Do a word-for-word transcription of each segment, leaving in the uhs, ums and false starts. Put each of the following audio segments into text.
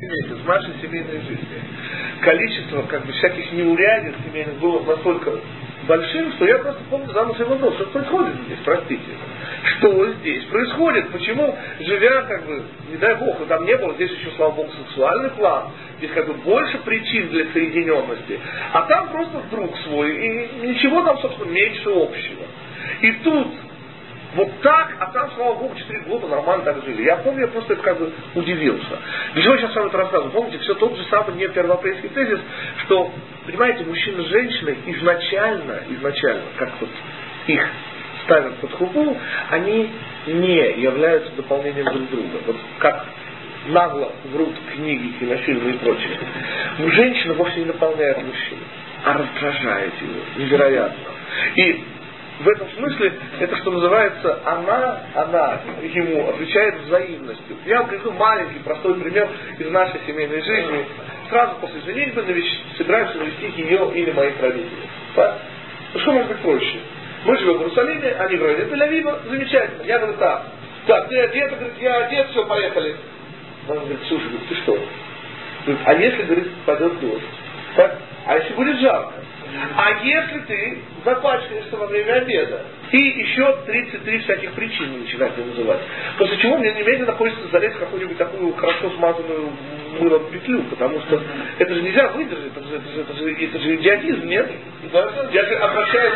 месяц в нашей семейной жизни количество как бы всяких неурядиц семейных было настолько большим, что я просто помню задал себе вопрос, что происходит здесь, простите. Что здесь происходит? Почему, живя, как бы, не дай бог, и там не было, здесь еще, слава богу, сексуальный план, здесь как бы больше причин для соединенности, а там просто друг свой, и ничего там, собственно, меньше общего. И тут вот так, а там, слава богу, четыре года нормально так жили. Я помню, я просто как бы удивился. Для чего я сейчас с вами это рассказываю? Помните, все тот же самый не первоапрельский тезис, что, понимаете, мужчина и женщина изначально, изначально, как вот их ставят под хупу, они не являются дополнением друг друга. Вот как нагло врут книги, кинофильмы и прочее. Женщина вовсе не наполняет мужчину, а раздражает его невероятно. И в этом смысле, это, что называется, она, она ему отвечает взаимностью. Я вам приведу маленький, простой пример из нашей семейной жизни. Сразу после женитьбы собираемся навестить ее или моих родителей. Да? Ну, что может быть проще? Мы живем в Иерусалиме, они в районе Тель-Авива, замечательно. Я говорю, так, так, ты одет, говорит, я одет, все, поехали. Он говорит, слушай, говорит, ты что? Говорит, а если, говорит, пойдет дождь? Так? А если будет жарко? А если ты запачкаешься во время обеда? И еще тридцать три всяких причин начинать мне называть. После чего мне немедленно хочется залезть в какую-нибудь такую хорошо смазанную мылом петлю, потому что это же нельзя выдержать, это же, это же, это же, это же идиотизм, нет? Я же обращаюсь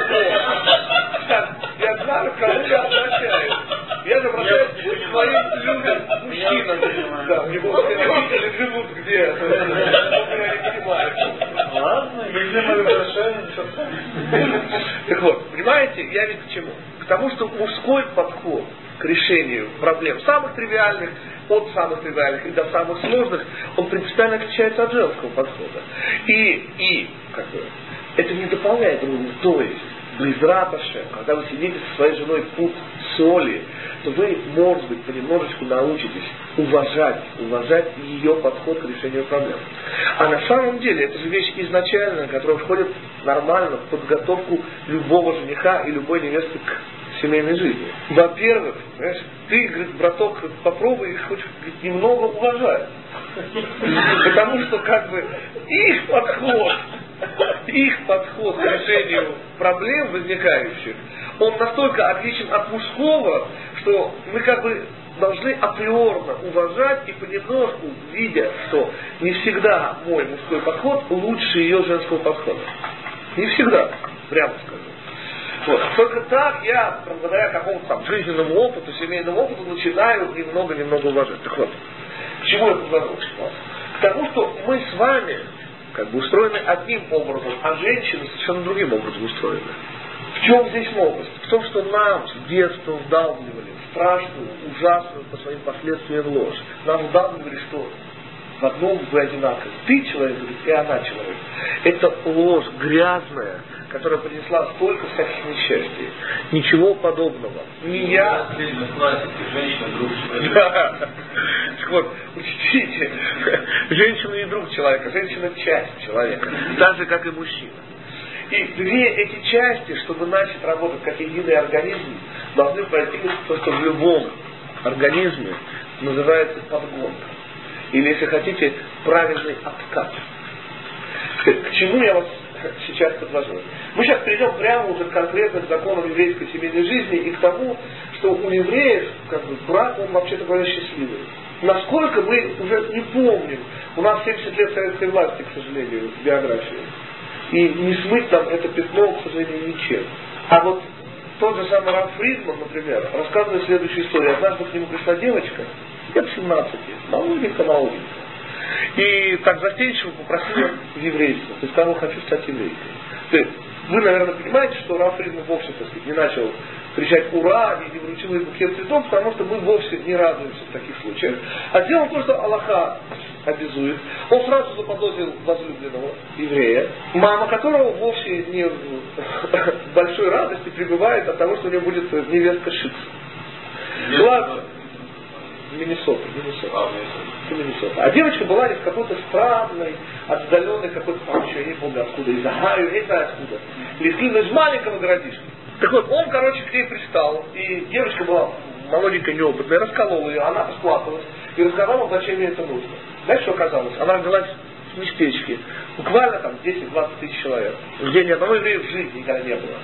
к я знаю, к кому я обращаюсь. Я же обращаюсь к своим людям, мужчинам. Да, у него все родители живут где? Я не понимаю. Ладно, где мы обращаемся? Так вот, понимаете, я ведь к чему? К тому, что мужской подход к решению проблем самых тривиальных, от самых тривиальных и до самых сложных, он принципиально отличается от женского подхода. И, и как бы, это не дополняет друг друга. То есть, Безрат Ашем, когда вы сидите со своей женой пуд соли, то вы, может быть, понемножечку научитесь уважать, уважать ее подход к решению проблем. А на самом деле, это же вещь изначальная, которая входит нормально в подготовку любого жениха и любой невесты к семейной жизни. Во-первых, знаешь, ты, говорит, браток, попробуй их хоть говорит, немного уважать. Потому что, как бы, их подход, их подход к решению проблем возникающих, он настолько отличен от мужского, что мы как бы должны априорно уважать и понемножку, видя, что не всегда мой мужской подход лучше ее женского подхода. Не всегда, прямо скажу. Вот. Только так я, благодаря какому-то там жизненному опыту, семейному опыту, начинаю немного-немного уважать. Так вот, к чему я подвожу вас? К тому, что мы с вами как бы устроены одним образом, а женщины совершенно другим образом устроены. В чем здесь новость? В том, что нам с детства вдалбливали страшную, ужасную по своим последствиям ложь. Нам вдалбливали, что в одном вы одинаковы. Ты человек, и она человек. Это ложь грязная, которая принесла столько всяких несчастий. Ничего подобного. Не я. Женщина друг человека. Да. Вот, учтите. Женщина не друг человека, женщина часть человека. Так же, как и мужчина. И две эти части, чтобы начать работать как единый организм, должны пройти то, что в любом организме называется подгонка. Или, если хотите, правильный откат. К чему я вас сейчас подвожу? Мы сейчас перейдем прямо уже к конкретным законам еврейской семейной жизни и к тому, что у евреев как бы, брак, он вообще-то говоря счастливый. Насколько мы уже не помним. У нас семьдесят лет советской власти, к сожалению, в биографии. И не смыть нам это пятно, к сожалению, ничем. А вот тот же самый Раф Фридман, например, рассказывает следующую историю. Однажды к нему пришла девочка, лет семнадцати, молоденькая-молоденькая. И так застенчиво попросила еврейство. То есть сказала, хочу стать еврейкой. То есть, вы, наверное, понимаете, что Раф Фридман вовсе, так сказать, не начал кричать «Ура!» и не вручил ей букет цветов, потому что мы вовсе не радуемся в таких случаях. А сделал то, что Аллаха обязует. Он сразу заподозрил возлюбленного еврея, мама которого вовсе не в большой радости пребывает от того, что у нее будет невестка Шикс. Ладно. Миннесота, Миннесота. А, Миннесота. А девочка была из какой-то странной, отдаленной какой-то, там еще, я не помню откуда, из Агаю, не знаю откуда. Или из маленького городишка. Так вот, он, короче, к ней пристал, и девочка была молоденькая, неопытная, расколола ее, она расплакалась и рассказала, зачем ей это нужно. Знаешь, что оказалось? Она родилась в местечке. Буквально там десять-двадцать тысяч человек. Где ни одного еврея в жизни никогда не было.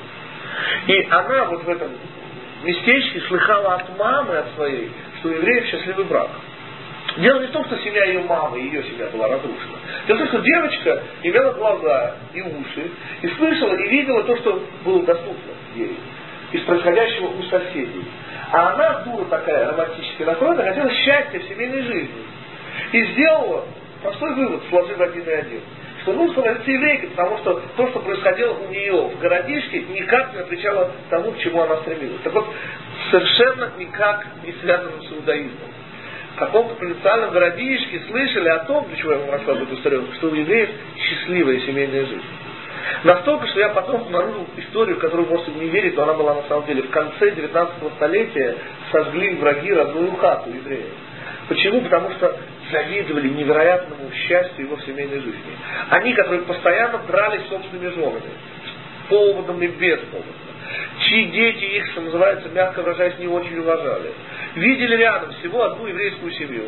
И она вот в этом местечке слыхала от мамы, от своей, что у евреев счастливый брак. Дело не в том, что семья ее мамы, ее семья была разрушена. Дело в том, что девочка имела глаза и уши, и слышала, и видела то, что было доступно ей, из происходящего у соседей. А она, дура такая, романтически настроена, хотела счастья в семейной жизни. И сделала простой вывод, сложив один и один, что нужно становиться еврейкой, потому что то, что происходило у нее в городишке, никак не отвечало тому, к чему она стремилась. Так вот, совершенно никак не связано с иудаизмом. В каком-то провинциальном городишке слышали о том, для чего я вам рассказываю эту историю, что у евреев счастливая семейная жизнь. Настолько, что я потом обнаружил историю, которую можете не верить, но она была на самом деле. В конце девятнадцатого столетия сожгли враги родную хату евреев. Почему? Потому что завидовали невероятному счастью его в семейной жизни. Они, которые постоянно дрались собственными женами, с поводом и без повода, чьи дети их, что называется, мягко выражаясь, не очень уважали, видели рядом всего одну еврейскую семью,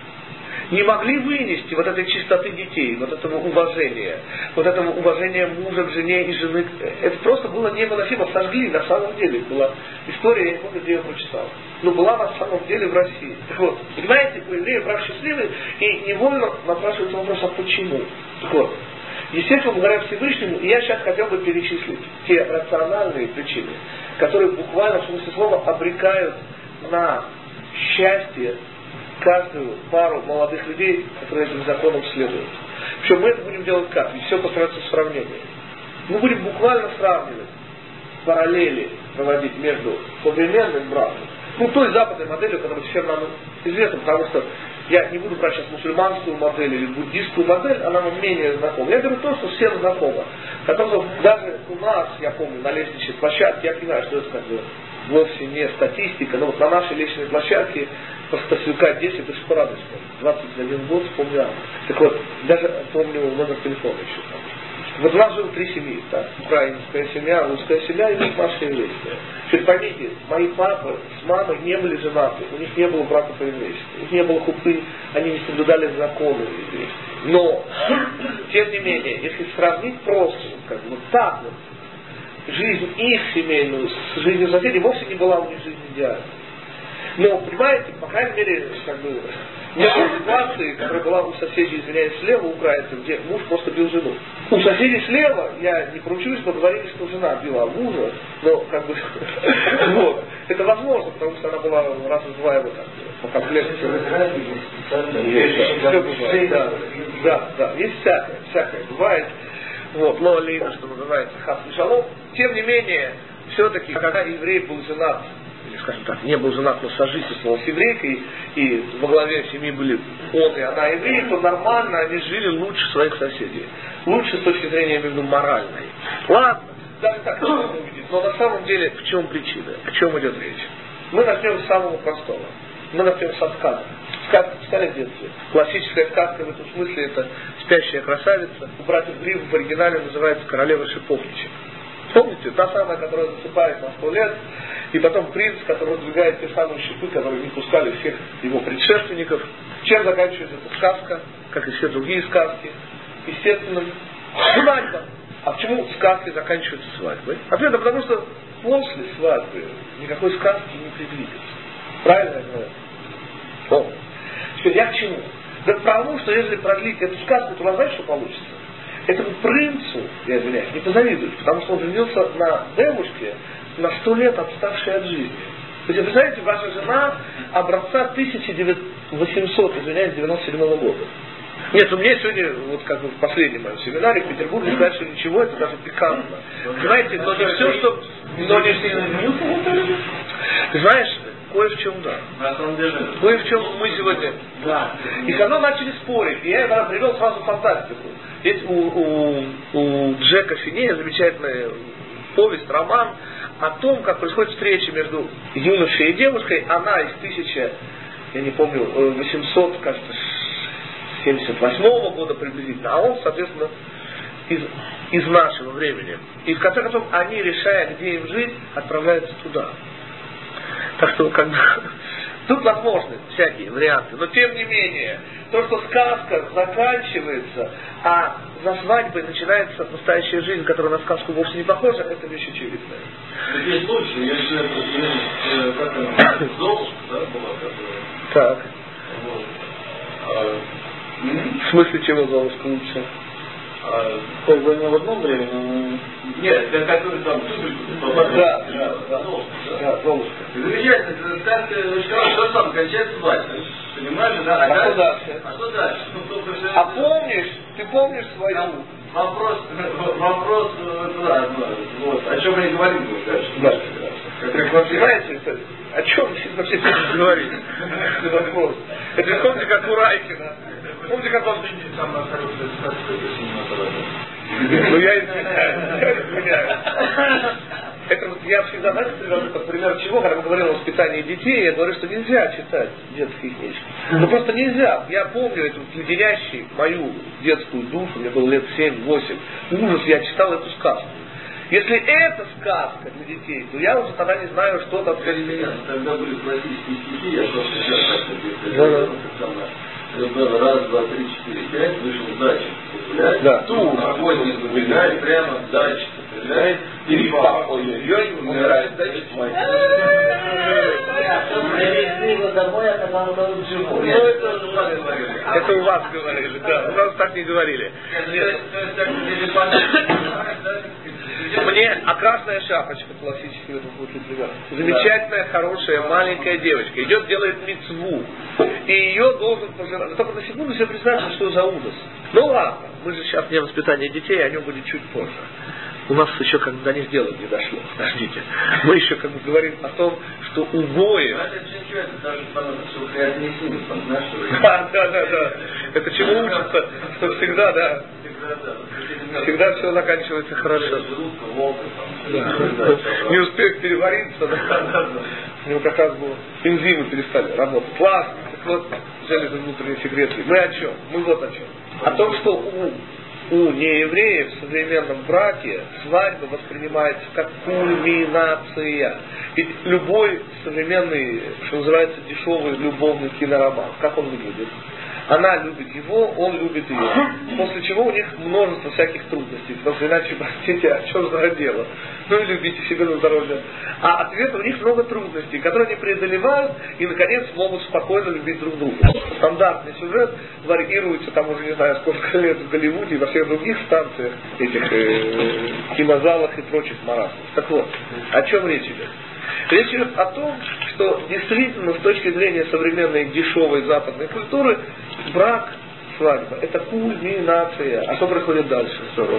не могли вынести вот этой чистоты детей, вот этого уважения, вот этого уважения мужа к жене и жены. Это просто было невыносимо. Сожгли, на самом деле. Была история, я не помню, где я прочитал. Но была на самом деле в России. Так вот, понимаете, у евреев брак счастливый, и невольно напрашивается вопрос, а почему? Так вот, естественно, благодаря Всевышнему, я сейчас хотел бы перечислить те рациональные причины, которые буквально в смысле слова обрекают на счастье каждую пару молодых людей, которые этим законам следуют. Причем мы это будем делать как? Ведь все постараться в сравнении. Мы будем буквально сравнивать, параллели проводить между современным браком, ну, той западной моделью, которая всем нам известна, потому что я не буду брать сейчас мусульманскую модель или буддистскую модель, она нам менее знакома. Я говорю то, что всем знакомо. Потому что даже у нас, я помню, на лестничной площадке, я понимаю, что это как бы вовсе не статистика, но вот на нашей лестничной площадке по Стасюка десять до сих пор адрес помню. двадцать один год, помню. Так вот, даже помню номер телефона еще там. Вот у нас жил три семьи, так? Украинская семья, русская семья и наша еврейская. Теперь поймите, мои папы с мамой не были женаты, у них не было брака по-еврейски, у них не было хупы, они не соблюдали законы еврейские. Но, тем не менее, если сравнить просто, как бы вот так вот, жизнь их семейную с жизнью соседей вовсе не была у них жизнь идеальной. Но, понимаете, по крайней мере, как бы, нет ситуации, которая была у соседей, извиняюсь, слева, украинцев, где муж просто бил жену. У соседей слева, я не поручусь, но говорили, что жена била мужа, но, как бы, вот, это возможно, потому что она была раз в два его так, по комплекту. Да, да, есть всякое, всякое бывает. Вот, но лейна, что называется, хас и шалом. Тем не менее, все-таки, когда еврей был женат, или, скажем так, не был женат, но сожительствовал с еврейкой, и во главе семьи были он и она евреи, то нормально они жили лучше своих соседей. Лучше с точки зрения, я имею в виду, моральной. Ладно, даже так можно увидеть. Но на самом деле, в чем причина? О чем идет речь? Мы начнем с самого простого. Мы начнем со сказок. Сказки читали в детстве. Классическая сказка в этом смысле это «Спящая красавица». У братьев Гримм в оригинале называется «Королева шиповничек». Помните? Та самая, которая засыпает на сто лет, и потом принц, который выдвигает те самые шипы, которые не пускали всех его предшественников. Чем заканчивается эта сказка, как и все другие сказки? Естественно, свадьба. А почему сказки заканчиваются свадьбой? Ответ, потому что после свадьбы никакой сказки не предвидится. Правильно я говорю? О. Теперь я к чему? Да к тому, что если продлить эту сказку, то знаешь, что получится? Этому принцу, я извиняюсь, не позавидуешь, потому что он женился на девушке, на сто лет отставшей от жизни. То есть, представляете, ваша жена образца тысяча восемьсот, извиняюсь, девяносто седьмого года. Нет, у меня сегодня, вот как бы в последнем моем семинаре в Петербурге, сказать, что ничего, это даже пикантно. Знаете, но не все, что... Но не знаешь, кое в чем да. На самом деле. Кое в чем мы сегодня. Да. И когда начали спорить, и я тогда привел сразу фантастику. Есть у, у, у Джека Финея замечательная повесть, роман о том, как происходит встреча между юношей и девушкой. Она из тысяча, я не помню, восемьсот, кажется, семьдесят восьмого года приблизительно, а он, соответственно, из, из нашего времени. И в конце концов, они, решая, где им жить, отправляются туда. Так что, как бы, Тут возможны всякие варианты, но тем не менее, то, что сказка заканчивается, а за свадьбой начинается настоящая жизнь, которая на сказку вовсе не похожа, это вещь очевидная. Есть случаи, если это, как она, Золушка, да, была, которая... Так. Вот. А, в смысле, чего Золушка лучше? А, как бы она в одном времени... Нет, для которой там туфельку попадает. Да, да, да. Золушка, да. Да, Золушка. Замечательно, это сказка очень хорошая, то же самое, кончается свадьба. Понимаешь, да? А, а дальше, что дальше? А что дальше? Ну, только все... А помнишь, ты помнишь свою... Да. Вопрос, вопрос, да, вот, о чем мы не говорим, вы дальше. Да. Как вы понимаете, это, о чем мы все говорили? Вопрос. Это помните, как у Райкина. Помните, как он... Самая хорошая сказка, если не называется. Ну я извиняюсь, я извиняюсь. Это вот я всегда, знаете, привожу как пример чего, когда мы говорим о воспитании детей, я говорю, что нельзя читать детские книжки. Ну просто нельзя. Я помню эту леденящую мою детскую душу, мне было лет семь-восемь, ужас, я читал эту сказку. Если это сказка для детей, то я уже тогда не знаю, что там сказать. Тогда были классические стихи, я просто сейчас как-то да, да. Раз, два, три, четыре, пять, вышел дача. Да. Ту, охотник забегает, прямо в даче стреляет, и папа, ой-ой-ой, умирает, дача мать. Привезли его домой, а когда он был живой. Ну, это, это у вас говорили, да, у нас так не говорили. Мне, а красная шапочка классический в этом случае пример. Замечательная, хорошая, маленькая девочка. Идет, делает мицву. И ее должен пожирать. Только на секунду себе представьте, что за ужас. Ну ладно, мы же сейчас не о воспитании детей, о нем будет чуть позже. У нас еще как бы до них дело не дошло. Подождите. Мы еще как бы говорим о том, что убои... Да, да, да, да. Это чему учится, что всегда, да. Всегда все заканчивается хорошо. Да. Не успеют перевариться, да. У него как раз было энзимы перестали работать. Ладно, так вот, железо внутренние секреты. Мы о чем? Мы вот о чем. О том, что у, у неевреев в современном браке свадьба воспринимается как кульминация. Ведь любой современный, что называется, дешевый любовный кинороман, как он выглядит? Она любит его, он любит ее. После чего у них множество всяких трудностей. Потому что иначе, простите, а что за дело? Ну и любите себе на здоровье. А ответ у них много трудностей, которые они преодолевают и, наконец, могут спокойно любить друг друга. Стандартный сюжет варьируется там уже не знаю сколько лет в Голливуде и во всех других станциях, этих э, кинозалах и прочих маразмов. Так вот, о чем речь идет? Речь идет о том, что действительно с точки зрения современной дешевой западной культуры брак, свадьба, это кульминация. А что происходит дальше?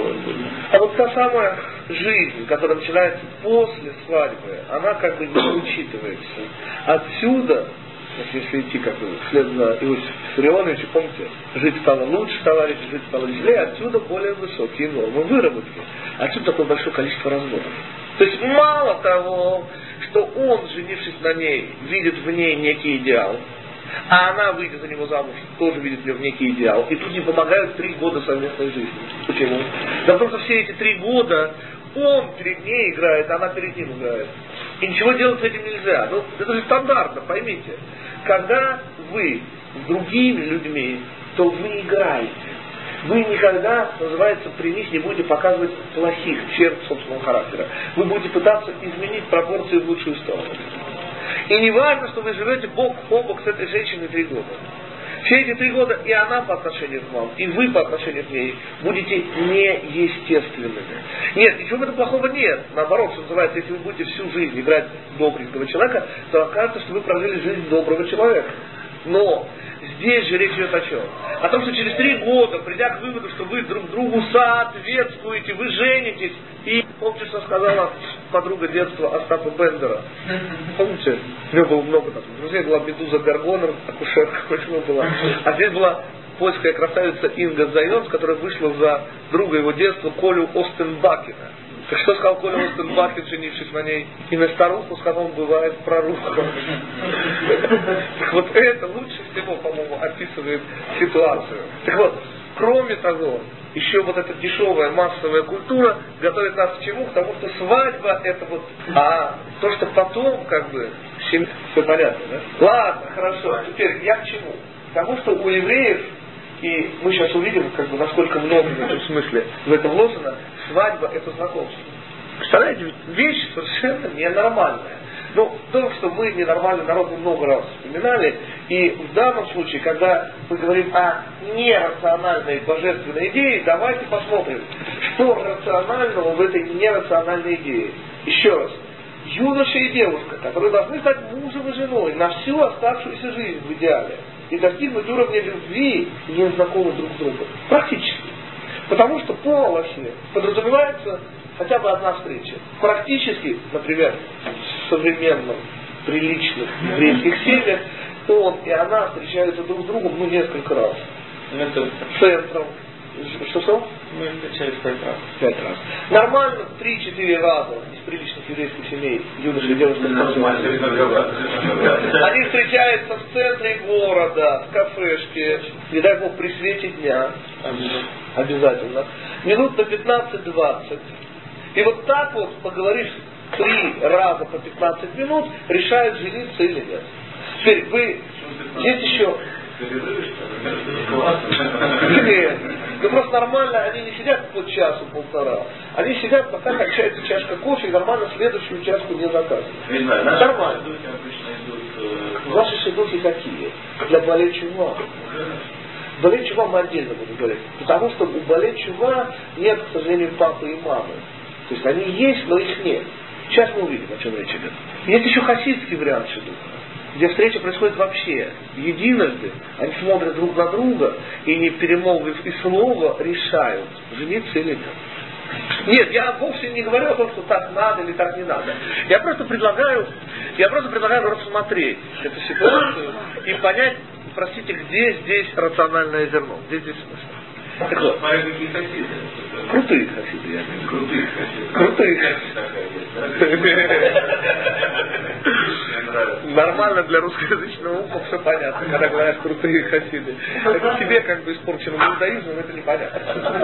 А вот та самая жизнь, которая начинается после свадьбы, она как бы не учитывается. Отсюда, если идти как бы вслед за Иосифом Виссарионовичем, помните, жить стало лучше, товарищи, жить стало веселее, отсюда более высокие нормы выработки. Отсюда такое большое количество разводов. То есть мало того, что он, женившись на ней, видит в ней некий идеал, а она, выйдя за него замуж, тоже видит в нем некий идеал. И тут не помогают три года совместной жизни. Почему? Да потому что все эти три года он перед ней играет, а она перед ним играет. И ничего делать с этим нельзя. Ну, это же стандартно, поймите. Когда вы с другими людьми, то вы играете. Вы никогда, называется, при них не будете показывать плохих черт собственного характера. Вы будете пытаться изменить пропорции в лучшую сторону. И не важно, что вы живете бок о бок с этой женщиной три года. Все эти три года и она по отношению к вам, и вы по отношению к ней будете неестественными. Нет, ничего в этом плохого нет. Наоборот, что называется, если вы будете всю жизнь играть добренького человека, то окажется, что вы прожили жизнь доброго человека. Но здесь же речь идет о чем? О том, что через три года, придя к выводу, что вы друг другу соответствуете, вы женитесь. И помните, что сказала подруга детства Остапа Бендера? Помните? У него было много таких друзей. Была Медуза Гаргонер, акушерка, у него была. А здесь была польская красавица Инга Зайонс, которая вышла за друга его детства Колю Остенбакена. Так что сказал Коля Остенбакен, женившись на ней? И на старуху сказал, он бывает проруха. Так вот это лучше всего, по-моему, описывает ситуацию. Так вот, кроме того, еще вот эта дешевая массовая культура готовит нас к чему? К тому, что свадьба это вот, а то, что потом как бы семьи. Все понятно, да? Ладно, хорошо. Теперь я к чему? Потому что у евреев, и мы сейчас увидим, как бы, насколько много в этом смысле в этом вложено, свадьба — это знакомство. Представляете, вещь совершенно ненормальная. Ну, то, что мы ненормальный народ, мы много раз вспоминали, и в данном случае, когда мы говорим о нерациональной божественной идее, давайте посмотрим, что рационального в этой нерациональной идее. Еще раз. Юноша и девушка, которые должны стать мужем и женой на всю оставшуюся жизнь в идеале и достигнуть уровня любви, не знакомы друг с другом. Практически. Потому что по Аллахе подразумевается хотя бы одна встреча. Практически, например, в современных, приличных еврейских семьях, он и она встречаются друг с другом, ну, несколько раз. Это Центром. Что-что? Ну, это через пять раз. Пять раз. Нормально три-четыре раза из приличных еврейских семей юноши и девушки они встречаются в центре города, в кафешке, не дай бог, при свете дня. Обязательно. Минут на пятнадцать-двадцать. И вот так вот, поговорив три раза по пятнадцать минут, решают, жениться или нет. Теперь вы... Есть еще... Нет. Ну просто нормально, они не сидят по часу-полтора. Они сидят, пока кончается чашка кофе, и нормально следующую чашку не заказывают. Нормально. Ваши шедухи какие? Для болей чува. Болей чува мы отдельно будем говорить. Потому что у болей чува нет, к сожалению, папы и мамы. То есть они есть, но их нет. Сейчас мы увидим, о чем речь идет. Есть еще хасидский вариант шедуха, где встреча происходит вообще единожды. Они смотрят друг на друга и, не перемолвив и слова, решают, жениться или нет. Нет, я вовсе не говорю о том, что так надо или так не надо. Я просто предлагаю, я просто предлагаю рассмотреть эту ситуацию и понять, простите, где здесь рациональное зерно, где здесь смысл. Так вот. Какие хасиды? Крутые хасиды, я имею в виду. Крутые хасиды. Крутые. Нормально для русскоязычного уха все понятно, когда говорят крутые хасиды. Это тебе, как бы испорченному иудаизмом, это непонятно.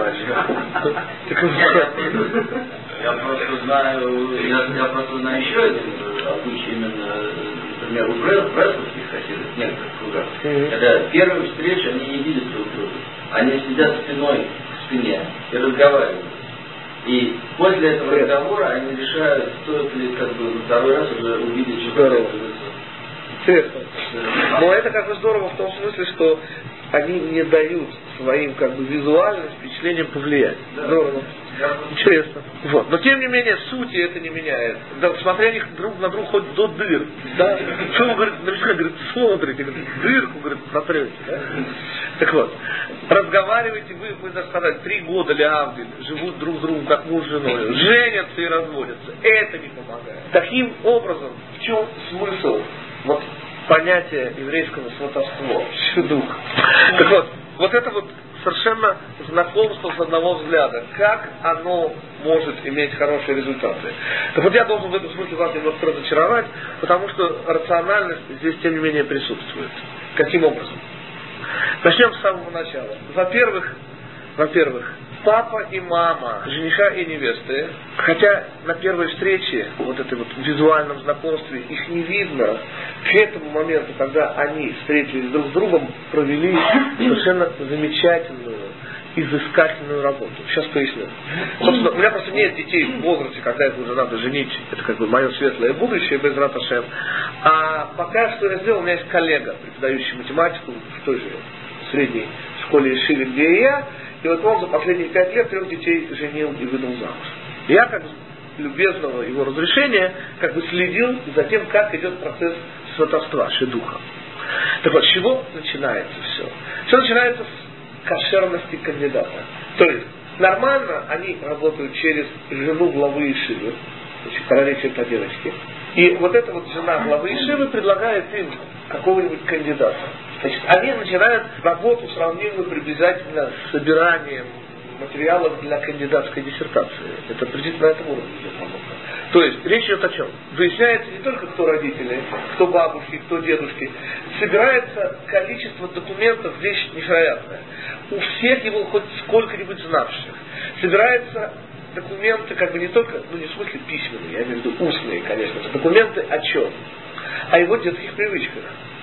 Я просто знаю, я, я просто знаю еще один обычай именно, например, у бресловских хасидов, в некоторых кругах. Когда первую встречу они не видят друг друга. Они сидят спиной к спине и разговаривают. И после этого разговора они решают, стоит ли как бы на второй раз уже увидеть человека. Интересно. Но это как бы здорово в том смысле, что они не дают своим как бы визуальным впечатлениям повлиять. Да. Здорово. Интересно. Вот. Но тем не менее, сути это не меняет. Да, смотря них друг на друга хоть до дыр. Да? Что вы, говорит, говорит, смотрите, говорит, дырку, говорит, смотрите. Да? Так вот, разговариваете вы, вы даже сказать, три года Леавдиль живут друг с другом как муж с женой, женятся и разводятся. Это не помогает. Таким образом, в чем смысл вот понятия еврейского сватовства, шедух? Так вот, вот это вот совершенно знакомство с одного взгляда. Как оно может иметь хорошие результаты. Так вот я должен в этом смысле вас немножко разочаровать, потому что рациональность здесь тем не менее присутствует. Каким образом? Начнем с самого начала. Во-первых, во-первых, папа и мама жениха и невесты, хотя на первой встрече, вот этой вот визуальном знакомстве, их не видно, к этому моменту, когда они встретились друг с другом, провели совершенно замечательную, изыскательную работу. Сейчас поясню. Собственно, у меня просто нет детей в возрасте, когда их уже надо женить. Это как бы мое светлое будущее, без рат Ашем. А пока что я сделал, у меня есть коллега, преподающий математику в той же средней школе Ешиве, где и я. И вот он за последние пять лет трех детей женил и выдал замуж. Я, как бы любезного его разрешения, как бы следил за тем, как идет процесс сватовства, шедуха. Так вот, с чего начинается все? Все начинается с кошерности кандидата. То есть, нормально они работают через жену главы Ешивы, значит, когда речь идет о девочке. И вот эта вот жена главы Ешивы предлагает им какого-нибудь кандидата. Значит, они начинают работу, сравнимую приблизительно с собиранием материалов для кандидатской диссертации. Это приблизительно на этом уровне идет работа. То есть речь идет о чем? Выясняется не только кто родители, кто бабушки, кто дедушки. Собирается количество документов, вещь невероятная. У всех его хоть сколько-нибудь знавших. Собирается документы, как бы не только, ну не в смысле письменные, я имею в виду устные, конечно же. Документы о чем? о его детских привычках,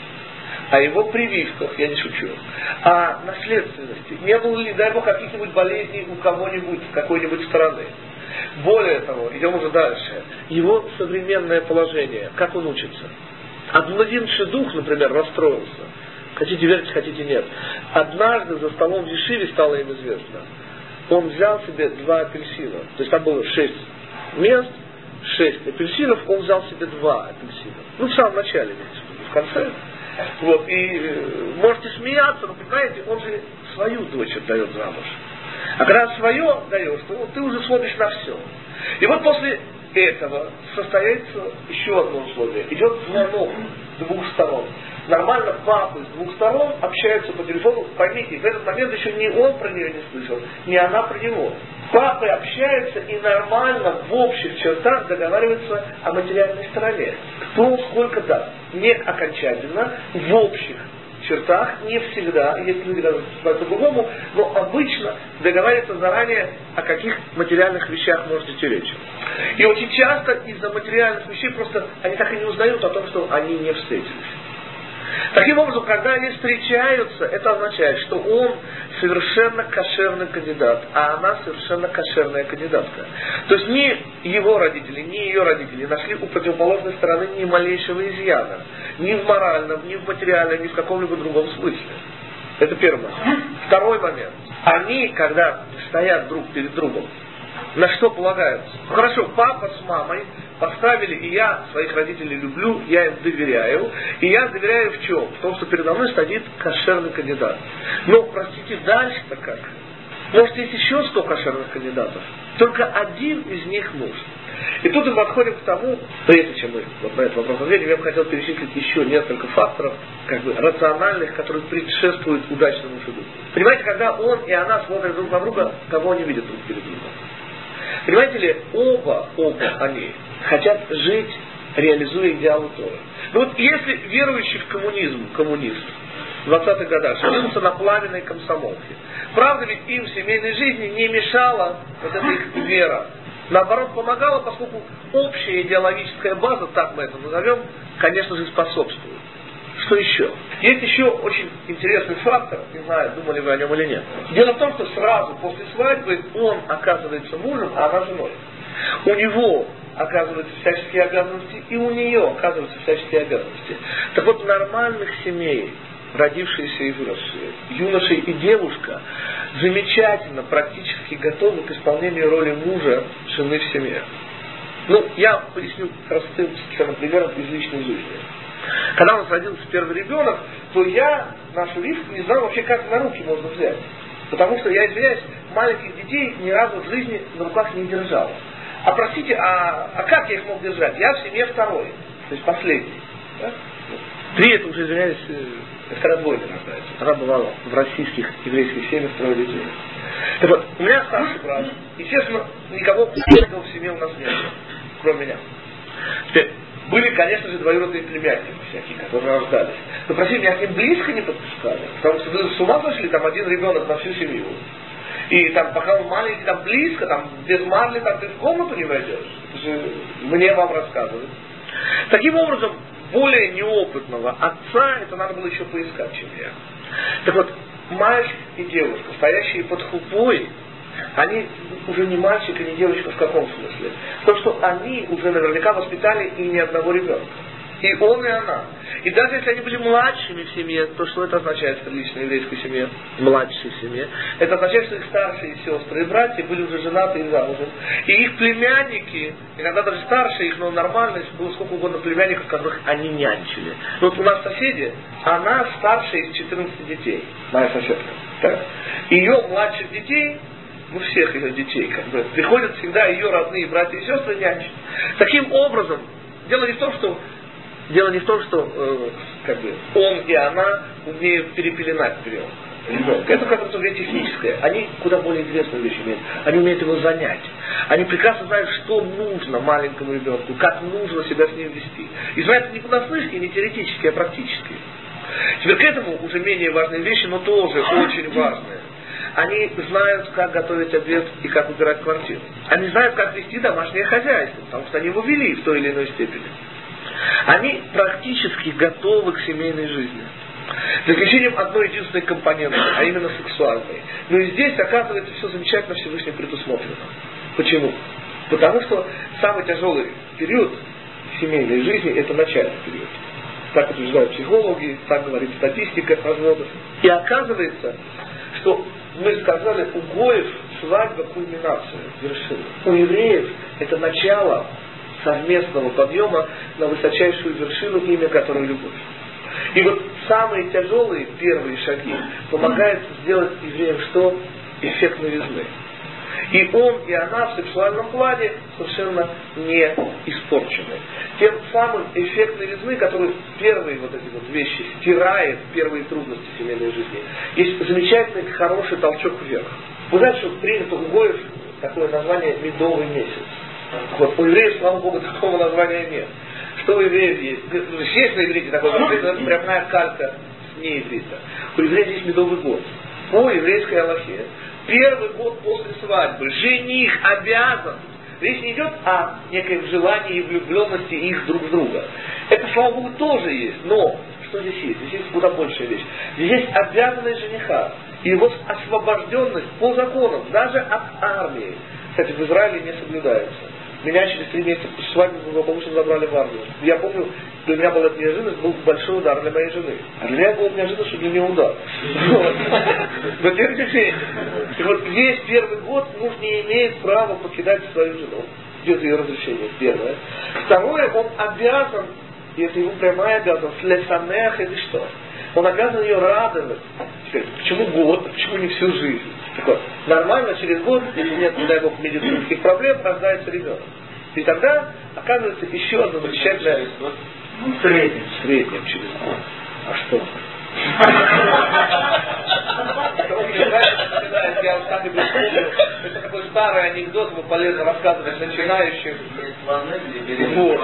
о его прививках, я не шучу, о наследственности. Не было ли, дай Бог, каких-нибудь болезней у кого-нибудь, с какой-нибудь стороны. Более того, идем уже дальше. Его современное положение, как он учится. Обмладенчий дух, например, расстроился. Хотите верьте, хотите нет. Однажды за столом в Ешиве стало им известно. Он взял себе два апельсина. То есть там было шесть мест, шесть апельсинов, он взял себе два апельсина. Ну, в самом начале, в конце. Вот, и э, можете смеяться, но понимаете, он же свою дочь отдает замуж. А когда свое даешь, то ты уже смотришь на все. И вот после этого состоится еще одно условие. Идет звонок с двух сторон. Нормально папы с двух сторон общаются по телефону. Поймите, в этот момент еще ни он про нее не слышал, ни она про него. Папы общаются и нормально в общих чертах договариваются о материальной стороне. Кто сколько даст. Не окончательно, в общих чертах, не всегда, есть люди, которые поступают по-другому, но обычно договариваются заранее, о каких материальных вещах может идти речь. И очень часто из-за материальных вещей просто они так и не узнают о том, что они не встретились. Таким образом, когда они встречаются, это означает, что он совершенно кошерный кандидат, а она совершенно кошерная кандидатка. То есть ни его родители, ни ее родители нашли у противоположной стороны ни малейшего изъяна. Ни в моральном, ни в материальном, ни в каком-либо другом смысле. Это первый момент. Второй момент. Они, когда стоят друг перед другом, на что полагаются? Хорошо, папа с мамой поставили, и я своих родителей люблю, я им доверяю. И я доверяю в чем? В том, что передо мной стоит кошерный кандидат. Но, простите, дальше-то как? Может, есть еще сто кошерных кандидатов? Только один из них муж. И тут мы подходим к тому, прежде чем мы вот на этот вопрос ответим, я бы хотел перечислить еще несколько факторов, как бы рациональных, которые предшествуют удачному суду. Понимаете, когда он и она смотрят друг на друга, кого они видят друг перед другом? Понимаете ли, оба, оба они хотят жить, реализуя идеалы Торы. Ну вот если верующий в коммунизм, коммунист, в двадцатых годах женился на пламенной комсомолке, правда ведь им в семейной жизни не мешала вот эта их вера. Наоборот, помогала, поскольку общая идеологическая база, так мы это назовем, конечно же, способствует. Что еще? Есть еще очень интересный фактор, не знаю, думали вы о нем или нет. Дело в том, что сразу после свадьбы он оказывается мужем, а она женой. У него оказываются всяческие обязанности, и у нее оказываются всяческие обязанности. Так вот, нормальных семей, родившиеся и выросшие, юноша и девушка, замечательно, практически готовы к исполнению роли мужа, жены в семье. Ну, я поясню простым совершенно примером из личной жизни. Когда у нас родился первый ребенок, то я нашу Ривку не знал вообще, как на руки можно взять. Потому что, я извиняюсь, маленьких детей ни разу в жизни на руках не держал. А простите, а, а как я их мог держать? Я в семье второй, то есть последний. Да? Три, это уже, извиняюсь, вторая двойня рождается. Она бывала в российских еврейских семьях трое детей. Так вот, у меня старший брат. Естественно, никого в семье у нас не было, кроме меня. Теперь, были, конечно же, двоюродные племянники всякие, которые рождались. Но, простите, меня к ним близко не подпускали. Потому что вы с ума сошли, там один ребенок на всю семью. И там, пока он маленький, там близко, там без марли, там ты в комнату не войдешь. Это же мне вам рассказывают. Таким образом, более неопытного отца, это надо было еще поискать, чем я. Так вот, мальчик и девушка, стоящие под хупой, они уже не мальчик и не девочка в каком смысле? В том, что они уже наверняка воспитали и ни одного ребенка. И он, и она. И даже если они были младшими в семье, то что это означает в приличной еврейской семье? Младшей семье. Это означает, что их старшие сестры и братья были уже женаты и замужем. И их племянники, иногда даже старше их, но нормально, было сколько угодно племянников, которых они нянчили. Вот у нас соседи, она старшая из четырнадцати детей, моя соседка. Так? Ее младших детей, ну всех ее детей, как бы, приходят всегда ее родные братья и сестры нянчить. Таким образом, дело не в том, что Дело не в том, что э, как бы, он и она умеют перепеленать ребенка. Это как-то уже техническое. Они куда более известную вещь имеют. Они умеют его занять. Они прекрасно знают, что нужно маленькому ребенку, как нужно себя с ним вести. И знают не понаслышке, не теоретически, а практически. Теперь к этому уже менее важные вещи, но тоже очень важные. Они знают, как готовить обед и как убирать квартиру. Они знают, как вести домашнее хозяйство, потому что они его вели в той или иной степени. Они практически готовы к семейной жизни. За исключением одной единственной компоненты, а именно сексуальной. Но и здесь, оказывается, все замечательно Всевышним предусмотрено. Почему? Потому что самый тяжелый период семейной жизни – это начальный период. Так утверждают психологи, так говорит статистика разводов. И оказывается, что мы сказали, у гоев свадьба кульминация, вершина. У евреев это начало совместного подъема на высочайшую вершину, имя которой любовь. И вот самые тяжелые первые шаги помогают сделать евреям что? Эффект новизны. И он, и она в сексуальном плане совершенно не испорчены. Тем самым эффект новизны, который первые вот эти вот вещи стирает, первые трудности семейной жизни, есть замечательный, хороший толчок вверх. Вы знаете, что принято у гоев такое название «медовый месяц». Вот, у евреев, слава Богу, такого названия нет. Что у евреев есть? Есть на иврите такое, это прямая калька с неиврита. У евреев есть медовый год. По еврейской алахе. Первый год после свадьбы жених обязан. Речь не идет о некоем желании и влюбленности их друг в друга. Это, слава Богу, тоже есть. Но что здесь есть? Здесь есть куда большая вещь. Здесь есть обязанность жениха. И его освобожденность по законам, даже от армии. Кстати, в Израиле не соблюдается. Меня через три месяца после свадьбы благополучно забрали в армию. Я помню, для меня была неожиданность, был большой удар для моей жены. А для меня было неожиданно, что для нее удар. Но тем не менее. И вот весь первый год муж не имеет права покидать свою жену. Без ее разрешения. Первое. Второе, он обязан, и это его прямая обязанность, лесамех или что? Он обязан ее радовать. Теперь, почему год, почему не всю жизнь? Так вот, нормально через год, если нет, не дай бог, медицинских проблем, рождается ребенок. И тогда оказывается еще одно замечательное... Ну, в среднем. В среднем через год. А что? Я вот так и вспомнил. Это такой старый анекдот, его полезно рассказывать начинающим. Вот.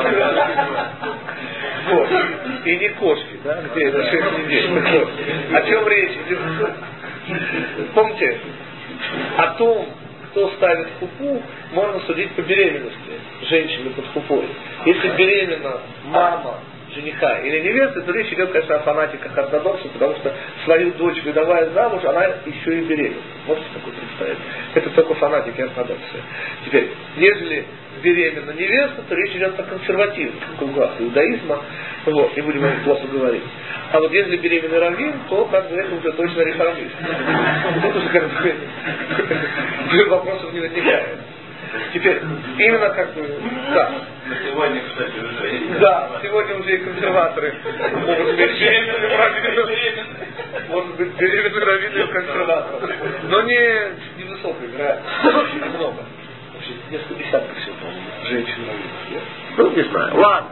Вот. И не кошки, да, где это шесть недель. О чем речь идет? Помните, о том, кто ставит хупу, можно судить по беременности женщины под хупой. Если беременна мама жениха или невесты, то речь идет, конечно, о фанатиках ортодоксов, потому что свою дочь, выдавая замуж, она еще и беременна. Можете такое представить? Это только фанатики ортодоксы. Теперь, если беременна невеста, то речь идет о консервативных кругах иудаизма, вот, не будем о них плохо говорить. А вот если беременный раввин, то как бы это уже точно реформист. Тут уже как бы вопросов не возникает. Теперь, именно как бы, да. Сегодня, кстати, уже... Да, сегодня уже и консерваторы могут быть беременными раввинами. Может быть, беременные раввины и консерваторы. Но не с невысокой вероятностью. Немного. Вообще, несколько десятков всего, по-моему, женщин раввинов. Ну, не знаю. Ладно.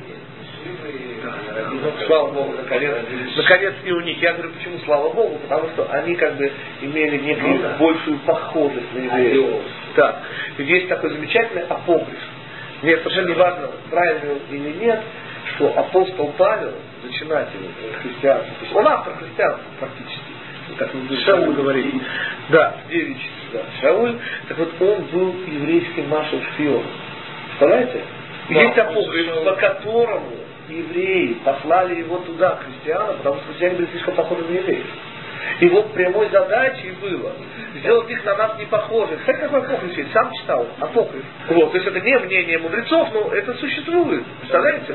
Слава Богу, наконец. Наконец и у них. Я говорю, почему слава Богу? Потому что они как бы имели некую ну, да. большую похожесть на евреев. Да. Есть такой замечательный апокриф. Мне совершенно не важно, правильно или нет, что апостол Павел, зачинатель христианства, то есть он автор христианства практически, как мы будем Шауль говорить. Да, девичий, да, Шауль. Так вот, он был еврейским маршал-шпионом. Представляете? Да, есть апокриф, по которому евреи послали его туда, христианам, потому что христиане были слишком похожи на евреев. Его прямой задачей было сделать их на нас не похожих. Кстати, какой апокриф есть? Сам читал. Апокриф. Вот. То есть это не мнение мудрецов, но это существует. Представляете?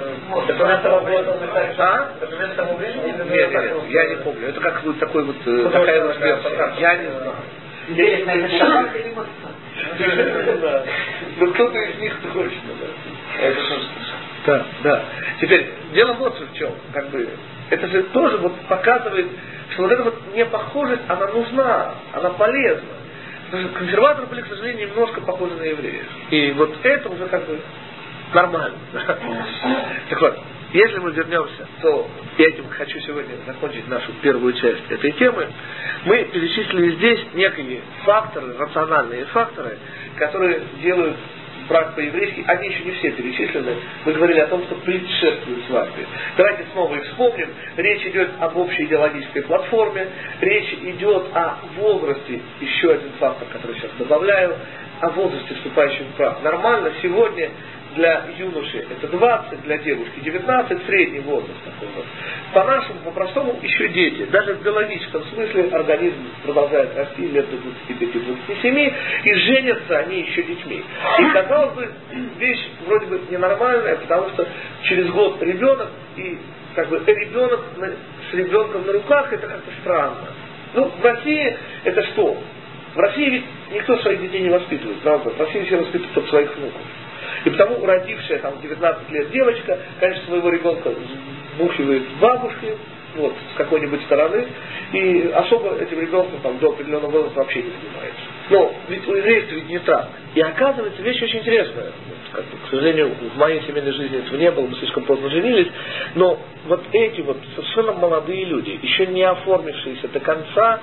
А? Нет, нет, нет, я не помню. Это как вот такой вот, такая вот версия. Я не знаю. Интересно, это шаббат или да. Ну кто-то из них точно, да. Да, да. Теперь, дело вот в чем, как бы, это же тоже вот показывает, что вот эта вот непохожесть, она нужна, она полезна. Потому что консерваторы были, к сожалению, немножко похожи на евреев. И вот это уже как бы нормально. Так вот, если мы вернемся, то я этим хочу сегодня закончить нашу первую часть этой темы. Мы перечислили здесь некие факторы, рациональные факторы, которые делают брак по-еврейски, они еще не все перечислены. Мы говорили о том, что предшествует свадьбе. Давайте снова их вспомним. Речь идет об общей идеологической платформе. Речь идет о возрасте. Еще один фактор, который сейчас добавляю. О возрасте, вступающем в брак. Нормально сегодня для юноши это двадцать, для девушки девятнадцать, средний возраст такой вот. По-нашему, по-простому, еще дети. Даже в биологическом смысле организм продолжает расти лет до двадцати пяти — двадцати семи, и женятся они еще детьми. И, казалось бы, вещь вроде бы ненормальная, потому что через год ребенок, и как бы ребенок с ребенком на руках, это как-то странно. Ну, в России это что? В России ведь никто своих детей не воспитывает, правда? В России все воспитывают под своих внуков. И потому родившая там девятнадцать лет девочка, конечно, своего ребенка вмухивает бабушки, вот, с какой-нибудь стороны, и особо этим ребенком там до определенного возраста вообще не занимается. Но ведь у евреев ведь не так. И оказывается, вещь очень интересная. Как бы, к сожалению, в моей семейной жизни этого не было, мы слишком поздно женились, но вот эти вот совершенно молодые люди, еще не оформившиеся до конца,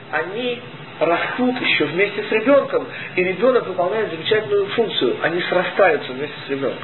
они растут еще вместе с ребенком, и ребенок выполняет замечательную функцию. Они срастаются вместе с ребенком.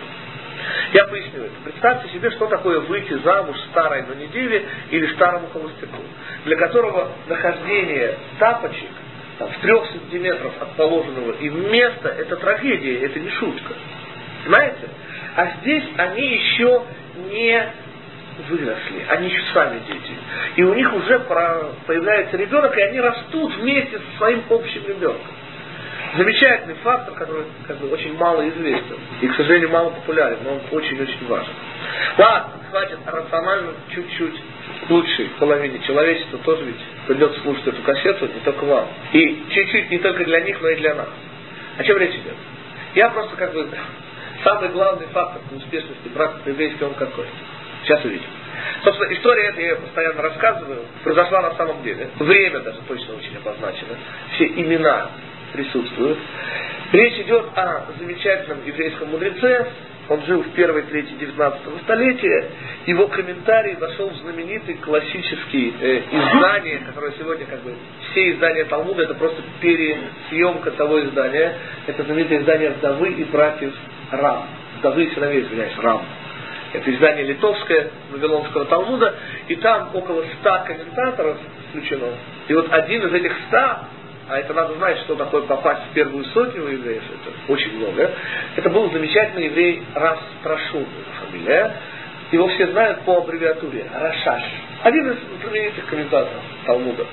Я поясню это. Представьте себе, что такое выйти замуж старой, но не деве, или старому холостяку, для которого нахождение тапочек там, в трех сантиметрах от положенного им места — это трагедия, это не шутка. Понимаете? А здесь они еще не выросли, они еще сами дети. И у них уже появляется ребенок, и они растут вместе со своим общим ребенком. Замечательный фактор, который как бы, очень мало известен. И, к сожалению, мало популярен, но он очень-очень важен. Ладно, хватит рационально чуть-чуть лучшей половине человечества тоже ведь придется слушать эту кассету, не только вам. И чуть-чуть не только для них, но и для нас. О чем речь идет? Я просто как бы... Самый главный фактор успешности брака по-еврейски он какой? Сейчас увидим. Собственно, история эта, я ее постоянно рассказываю, произошла на самом деле. Время даже точно очень обозначено. Все имена присутствуют. Речь идет о замечательном еврейском мудреце. Он жил в первой трети девятнадцатого столетия. Его комментарий вошел в знаменитый классический э, издание, которое сегодня как бы все издания Талмуда, это просто пересъемка того издания. Это знаменитое издание «Вдовы и братьев Рам». «Вдовы и сыновей», извиняюсь, Рам. Это издание литовское, Вавилонского Талмуда, и там около ста комментаторов включено. И вот один из этих ста, а это надо знать, что такое попасть в первую сотню евреев, это очень много, это был замечательный еврей Рав Страшун, фамилия. Его все знают по аббревиатуре Рашаш. Один из знаменитых комментаторов Талмуда.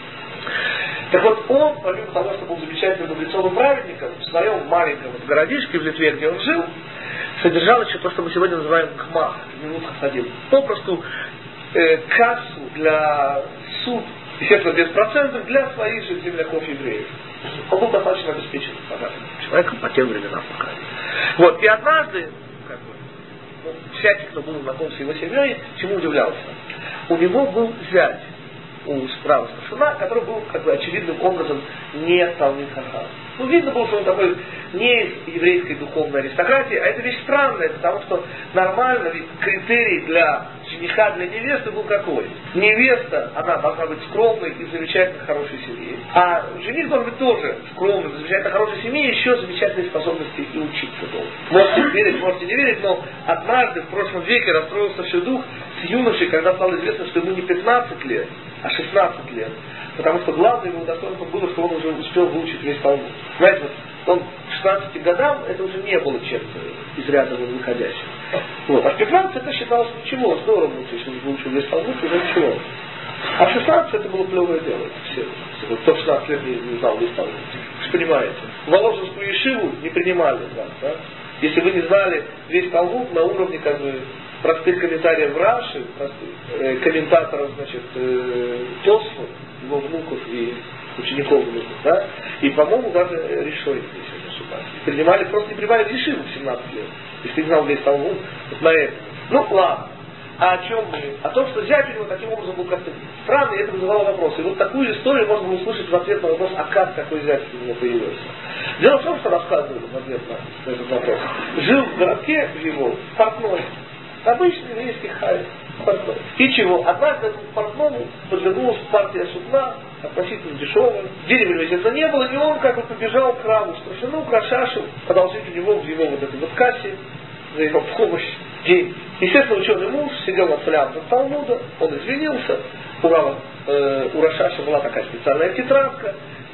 Так вот, он, помимо того, что был замечательным мудрецом и праведником, в своем маленьком городишке в Литве, где он жил, содержал еще то, что мы сегодня называем гмах, минут ходил. Попросту э, кассу для суд, естественно, без процентов, для своих же земляков евреев. Он был достаточно обеспеченным человеком по тем временам пока. Вот, и однажды, как бы, ну, всякий, кто был знаком с его семьей, чему удивлялся. У него был зять, у справа старшина, который был, как бы, очевидным образом не Талмид Хахам. Ну, видно было, что он такой не из еврейской духовной аристократии, а это вещь странная, потому что нормально, ведь критерий для жениха, для невесты был какой? Невеста, она должна быть скромной и замечательно хорошей семьи, а жених должен быть тоже скромный, замечательно хорошей семьи, и еще замечательные способности и учиться должен. Можете верить, можете не верить, но однажды в прошлом веке расстроился Шедух с юношей, когда стало известно, что ему не пятнадцать лет, а шестнадцать лет. Потому что главным его достоинством было, что он уже успел выучить весь Талмуд. Знаете, вот он к шестнадцати годам, это уже не было чем-то из ряда вон выходящим. Вот. А в пятнадцать это считалось ничего, здорово, если он выучил весь Талмуд, уже ничего. А в шестнадцать это было плевое дело. Все. Вот кто в шестнадцать лет не, не знал весь Талмуд. Вы же понимаете. Воложенскую ешиву не принимали вас, да? Если вы не знали весь Талмуд на уровне, как бы, простых комментариев Раши, простых э, комментаторов, значит, э, Тосфот, его внуков и учеников внуков, да, и, по-моему, даже решой, если не ошибаюсь. Принимали, просто не принимали в ешиву в семнадцать лет. Если не знал весь Талмуд, вот на это. Ну, ладно. А о чем мы? О том, что зять у него таким образом был как-то странный, и это вызывало вопросы. И вот такую историю можно было услышать в ответ на вопрос, а как такой зять у него появился. Дело в том, что рассказывали в ответ на этот вопрос. Жил в городке его портной. Обычный еврейский хайр. Портной. И чего? Однажды этому портному подвернулась партия сукна, относительно дешевая. Денег, естественно, не было, и он как бы побежал к Раву Страшину, к Рашашу, одолжить у него в его вот этой вот кассе за его помощь деньги. Естественно, ученый муж сидел над фолиантом Талмуда, он извинился, у Рава, э, у Рашаша была такая специальная тетрадка,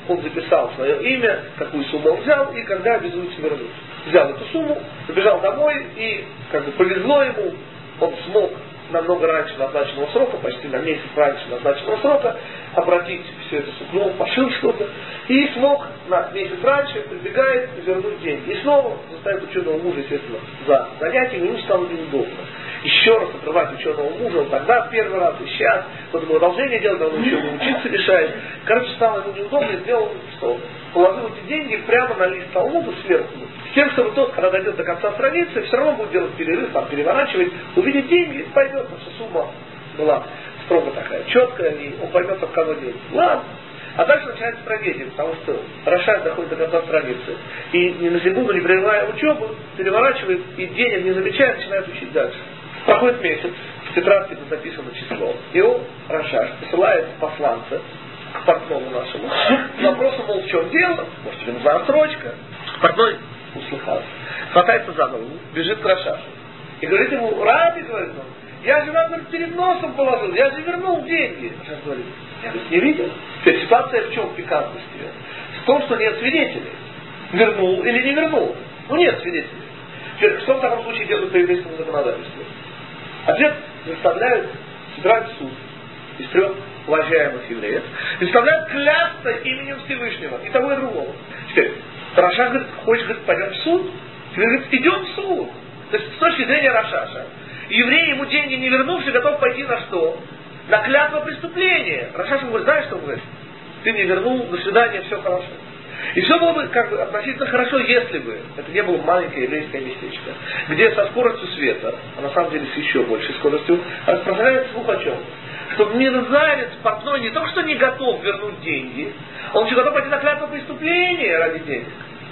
он записал свое имя, какую сумму он взял, и когда обязуется вернуть. Взял эту сумму, побежал домой, и как бы повезло ему, он смог намного раньше назначенного срока, почти на месяц раньше назначенного срока, обратить все это сукно, пошил что-то, и смог на месяц раньше, прибегает, вернуть деньги. И снова заставит ученого мужа, естественно, за занятием, ему стало неудобно. Еще раз отрывать ученого мужа, он тогда первый раз, и сейчас, вот ему одолжение делать, он еще учиться решает. Короче, стало ему неудобно, и сделал, что положил эти деньги прямо на лист Талмуда сверху, с тем, чтобы тот, когда дойдет до конца страницы, все равно будет делать перерыв, там, переворачивать, увидит деньги, поймет, что сумма была строго такая, четкая, и он поймет, от кого деньги. Ладно. А дальше начинается трагедия, потому что Рашай доходит до конца страницы, и ни на секунду не прерывая учебу, переворачивает, и денег не замечая, начинает учить дальше. Проходит месяц, в тетрадке записано число, и он, Рашаш, посылает посланца к портному нашему с вопросом, мол, в чем дело, может, ему нужна отсрочка. Портной услыхал, хватается за голову, бежит к Рашашу и говорит ему: Раби, говорит он, я же вам перед носом положил, я же вернул деньги. Рашаш говорит: я ведь не видел. Теперь ситуация в чем пикантность? В том, что нет свидетелей. Вернул или не вернул? Ну, нет свидетелей. Теперь, что в таком случае делают по еврейскому законодательству? Ответ: заставляют собирать суд из трех уважаемых евреев, заставляют клясться именем Всевышнего, и того, и другого. Теперь, Рашаш говорит: хочешь, говорит, пойдем в суд? Теперь говорит: идем в суд. То есть, с точки зрения Рашаша, еврей, ему деньги не вернувший, готов пойти на что? На клятву преступления. Рашаш ему говорит: знаешь, что он говорит? Ты мне вернул, до свидания, все хорошо. И все было бы как бы относительно хорошо, если бы это не было маленькое еврейское местечко, где со скоростью света, а на самом деле с еще большей скоростью, распространяется слух о чем? Что мерзавец портной не только что не готов вернуть деньги, он еще готов пойти на клятву преступления ради денег.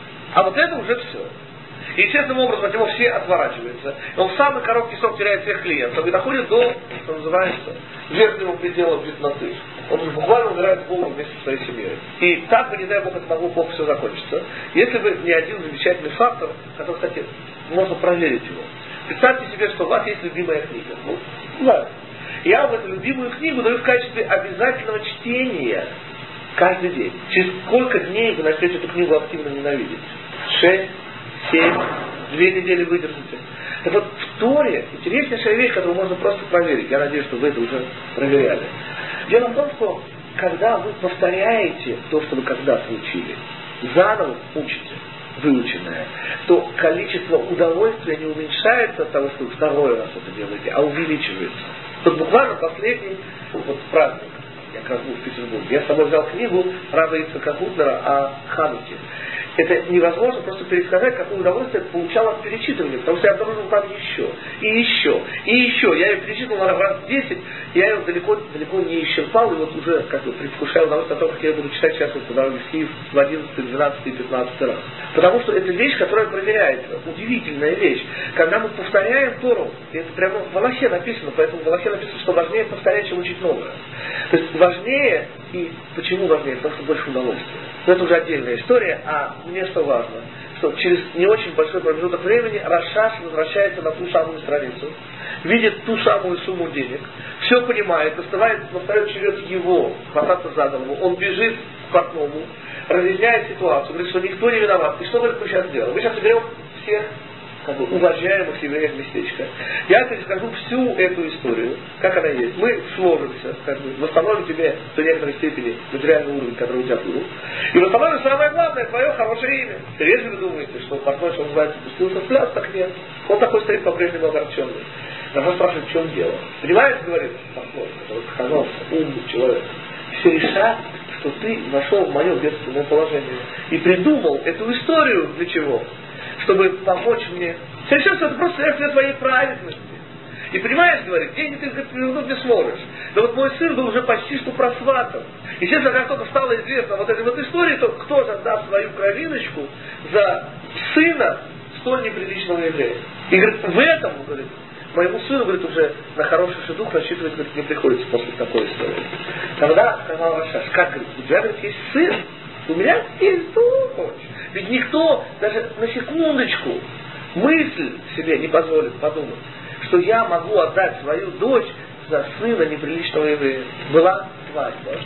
А вот это уже все. И естественным образом от него все отворачиваются. И он в самый короткий срок теряет всех клиентов и доходит до, что называется, верхнего предела бедноты. Он буквально умирает в голову вместе со своей семьей. И так бы, не дай Бог, это могло плохо все закончиться, если бы не один замечательный фактор, который, кстати, можно проверить его. Представьте себе, что у вас есть любимая книга. Ну, да. Я вам эту любимую книгу даю в качестве обязательного чтения каждый день. Через сколько дней вы начнете эту книгу активно ненавидеть? Шесть, семь, две недели выдержите. Так вот, в Торе интереснейшая вещь, которую можно просто проверить. Я надеюсь, что вы это уже проверяли. Дело в том, что когда вы повторяете то, что вы когда-то учили, заново учите выученное, то количество удовольствия не уменьшается от того, что вы второй раз это делаете, а увеличивается. Тут буквально последний вот, праздник, я как раз был в Петербурге, я с собой взял книгу Раба Ицхака Гутнера о Хануке. Это невозможно просто пересказать, какое удовольствие я получал от перечитывания, потому что я обнаружил там еще, и еще, и еще. Я ее перечитывал раз в десять, я ее далеко, далеко не исчерпал, и вот уже как бы предвкушаю удовольствие от того, как я буду читать сейчас вот по дороге в Киев в одиннадцатый, двенадцатый и пятнадцатый раз. Потому что это вещь, которая проверяется, удивительная вещь. Когда мы повторяем Тору, и это прямо в Алахе написано, поэтому в Алахе написано, что важнее повторять, чем учить новое. То есть важнее, и почему важнее? Потому что больше удовольствия. Но это уже отдельная история, а мне что важно, что через не очень большой промежуток времени Рашаш возвращается на ту самую страницу, видит ту самую сумму денег, все понимает, наступает, настает черед его хвататься за голову, он бежит к портному, разъясняет ситуацию, говорит, что никто не виноват. И что говорит, мы сейчас делаем? Мы сейчас соберем всех как бы, уважаемых евреев местечка. Я перескажу всю эту историю, как она есть. Мы сложимся, как бы, восстановим тебе до некоторой степени материальный уровень, который у тебя был. И восстановим самое главное, твое хорошее имя. Теперь, если вы думаете, что портной, что называется, пустился в пляс, так нет. Он такой стоит по-прежнему огорченный. Нас спрашивает, в чем дело. Понимаете, говорит портной, который оказался умный человек, все решат, что ты вошел в мое бедственное положение и придумал эту историю для чего? Чтобы помочь мне. Совершенно, что это просто следствие твоей праведности. И понимаешь, говорит, деньги ты вернуть не сможешь. Но вот мой сын был уже почти что просватан. Естественно, когда кто-то стало известно вот этой вот истории, то кто же отдаст свою кровиночку за сына столь неприличного еврея? И говорит, в этом, говорит, моему сыну, говорит, уже на хороший шедух рассчитывать, говорит, не приходится после такой истории. Тогда сказал Рашаш, как, говорит, у тебя, говорит, есть сын, у меня есть дочь. Ведь никто даже на секундочку мысль себе не позволит подумать, что я могу отдать свою дочь за сына неприличного еврея. Была свадьба.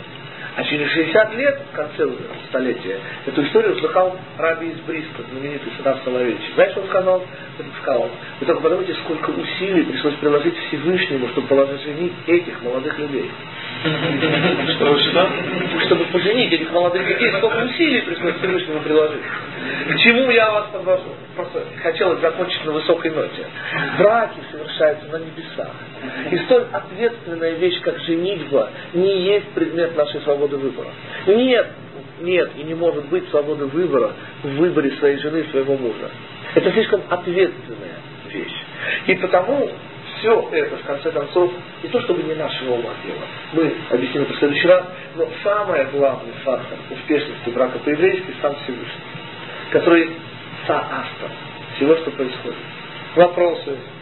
А через шестьдесят лет, в конце уже столетия, эту историю услыхал Раби из Бриска, знаменитый Сенат Соловейевич. Знаешь, что он сказал? Он сказал: вы только подумайте, сколько усилий пришлось приложить Всевышнему, чтобы положить женить этих молодых людей. Что, что? Чтобы поженить этих молодых людей, сколько усилий пришлось Всевышнему приложить. К чему я вас подвожу? Просто хотелось закончить на высокой ноте. Браки совершаются на небесах. И столь ответственная вещь, как женитьба, не есть предмет нашей свободы выбора. Нет, нет и не может быть свободы выбора в выборе своей жены, своего мужа. Это слишком ответственная вещь. И потому все это, в конце концов, не то чтобы не нашего ума дело. Мы объясним это в следующий раз, но самый главный фактор успешности брака по-еврейски сам Всевышний, который соавтор всего, что происходит. Вопросы?